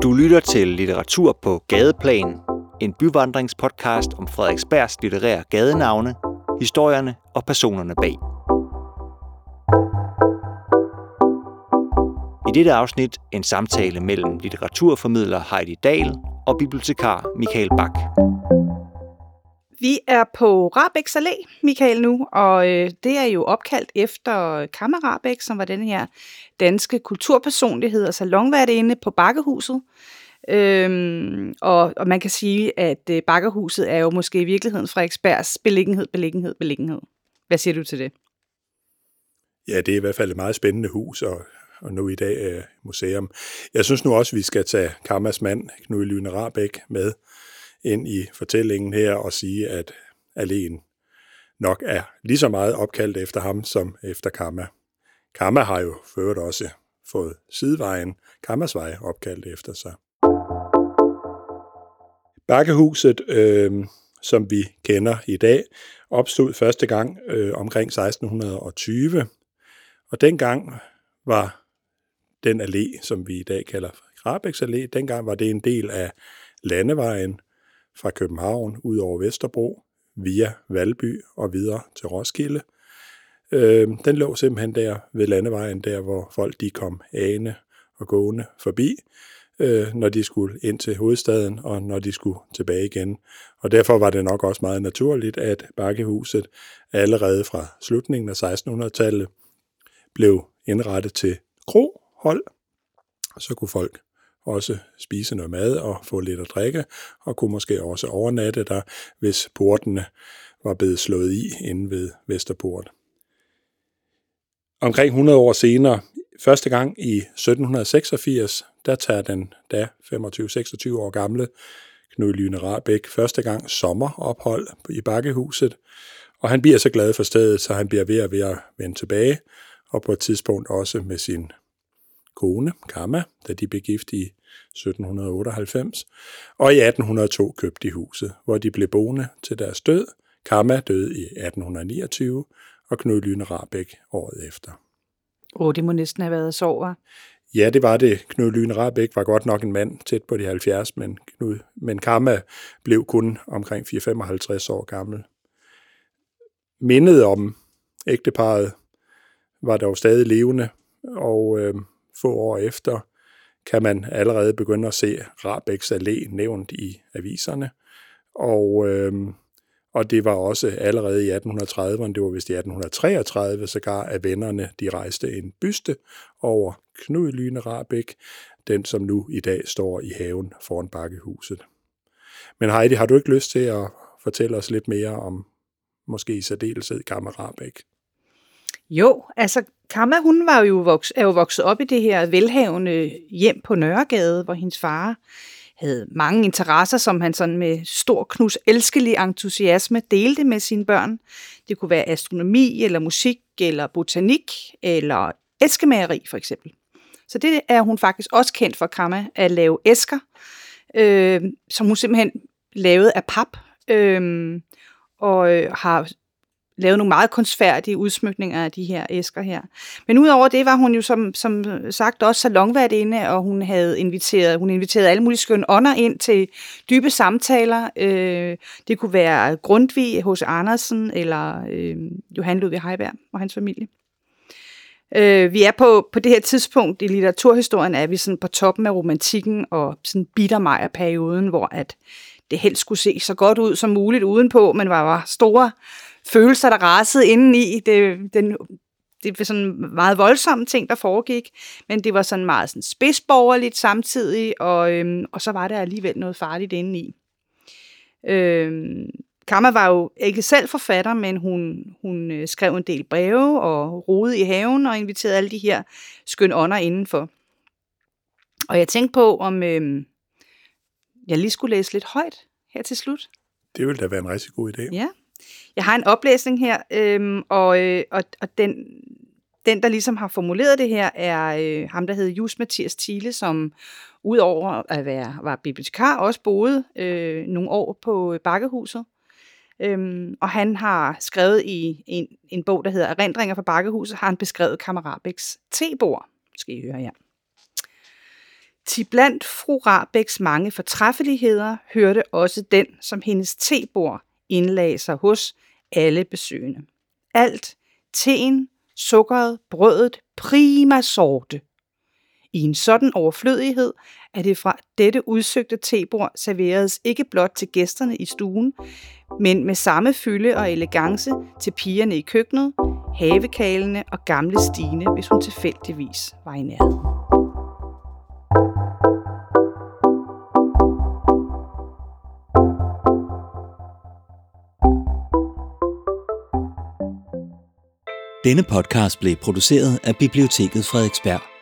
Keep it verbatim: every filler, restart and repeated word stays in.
Du lytter til Litteratur på Gadeplan, en byvandringspodcast om Frederiksbergs litterære gadenavne, historierne og personerne bag. I dette afsnit en samtale mellem litteraturformidler Heidi Dahl og bibliotekar Michael Bak. Vi er på Rahbeks Allé, Michael, nu, og øh, det er jo opkaldt efter Kamma Rahbek, som var den her danske kulturpersonlighed og salonværtinde på Bakkehuset. Øhm, og, og man kan sige, at øh, Bakkehuset er jo måske i virkeligheden Frederiksbergs beliggenhed, beliggenhed, beliggenhed. Hvad siger du til det? Ja, det er i hvert fald et meget spændende hus, og, og nu i dag er museum. Jeg synes nu også, at vi skal tage Kammas mand, Knud Lyne Rahbek, med ind i fortællingen her og sige, at alléen nok er lige så meget opkaldt efter ham som efter Kamma. Kamma har jo ført også fået sidevejen Kammasvej opkaldt efter sig. Bakkehuset, øh, som vi kender i dag, opstod første gang øh, omkring seksten tyve, og dengang var den allé, som vi i dag kalder Rahbeks Allé, dengang var det en del af landevejen fra København ud over Vesterbro, via Valby og videre til Roskilde. Øh, den lå simpelthen der ved landevejen, der hvor folk de kom ane og gående forbi, øh, når de skulle ind til hovedstaden og når de skulle tilbage igen. Og derfor var det nok også meget naturligt, at Bakkehuset allerede fra slutningen af sekstenhundredetallet blev indrettet til krohold. Så kunne folk også spise noget mad og få lidt at drikke, og kunne måske også overnatte der, hvis portene var blevet slået i inde ved Vesterport. Omkring hundrede år senere, første gang i sytten seksogfirs, der tager den da femogtyve seksogtyve år gamle Knud Lyne Rahbek første gang sommerophold i Bakkehuset, og han bliver så glad for stedet, så han bliver ved at, ved at vende tilbage, og på et tidspunkt også med sin kone, Kamma, da de blev gift i sytten otteoghalvfems, og i atten hundrede to købte de huset, hvor de blev boende til deres død. Kamma døde i atten niogtyve, og Knud Lyne Rahbek året efter. Åh, oh, det må næsten have været sorg, hva'? Ja, det var det. Knud Lyne Rahbek var godt nok en mand tæt på de halvfjerds, men, Knud, men Kamma blev kun omkring fireoghalvtreds til femoghalvtreds år gammel. Mindet om ægteparret var dog stadig levende, og øh, få år efter kan man allerede begynde at se Rahbeks Allé nævnt i aviserne. Og, øh, og det var også allerede i atten trediverne, det var vist i atten treogtredive, sågar at vennerne de rejste en byste over Knud Lyne Rahbek, den som nu i dag står i haven foran Bakkehuset. Men Heidi, har du ikke lyst til at fortælle os lidt mere om måske i særdeleshed Kamma Rahbek? Jo, altså Kamma, hun var jo vokset, er jo vokset op i det her velhavende hjem på Nørregade, hvor hendes far havde mange interesser, som han sådan med stor knus elskelig entusiasme delte med sine børn. Det kunne være astronomi, eller musik, eller botanik, eller æskemageri for eksempel. Så det er hun faktisk også kendt for, Kamma, at lave æsker, øh, som hun simpelthen lavede af pap, øh, og øh, har lavet nogle meget kunstfærdige udsmykninger af de her æsker her. Men udover det var hun jo som, som sagt også salonværtinde, og hun havde inviteret, hun inviterede alle mulige skønne ånder ind til dybe samtaler. Øh, det kunne være Grundtvig, H C Andersen eller øh, Johan Ludvig Heiberg og hans familie. Øh, vi er på, på det her tidspunkt i litteraturhistorien, er vi sådan på toppen af romantikken og sådan Biedermeier-perioden, hvor at det helst skulle se så godt ud som muligt udenpå, men var, var store følelser, der rasede indeni. Det, den, det var sådan meget voldsomme ting, der foregik, men det var sådan meget sådan spidsborgerligt samtidig, og, øhm, og så var der alligevel noget farligt indeni. Øhm, Kamma var jo ikke selv forfatter, men hun, hun skrev en del breve og rodede i haven og inviterede alle de her skønne ånder indenfor. Og jeg tænkte på, om øhm, jeg lige skulle læse lidt højt her til slut. Det ville da være en rigtig god idé. Ja. Jeg har en oplæsning her, øhm, og, øh, og, og den, den, der ligesom har formuleret det her, er øh, ham, der hedder Just Mathias Thiele, som udover at være var bibliotekar, også boede øh, nogle år på Bakkehuset. Øhm, og han har skrevet i en, en bog, der hedder Erindringer fra Bakkehuset, har han beskrevet Kamma Rahbeks tebord. Skal I høre her. Til blandt fru Rahbeks mange fortræffeligheder hørte også den, som hendes tebord indlagde sig hos alle besøgende. Alt, teen, sukkeret, brødet, prima sorte. I en sådan overflødighed, at det fra dette udsøgte tebord serveredes ikke blot til gæsterne i stuen, men med samme fylde og elegance til pigerne i køkkenet, havekalene og gamle Stine, hvis hun tilfældigvis var i nærheden. Denne podcast blev produceret af Biblioteket Frederiksberg.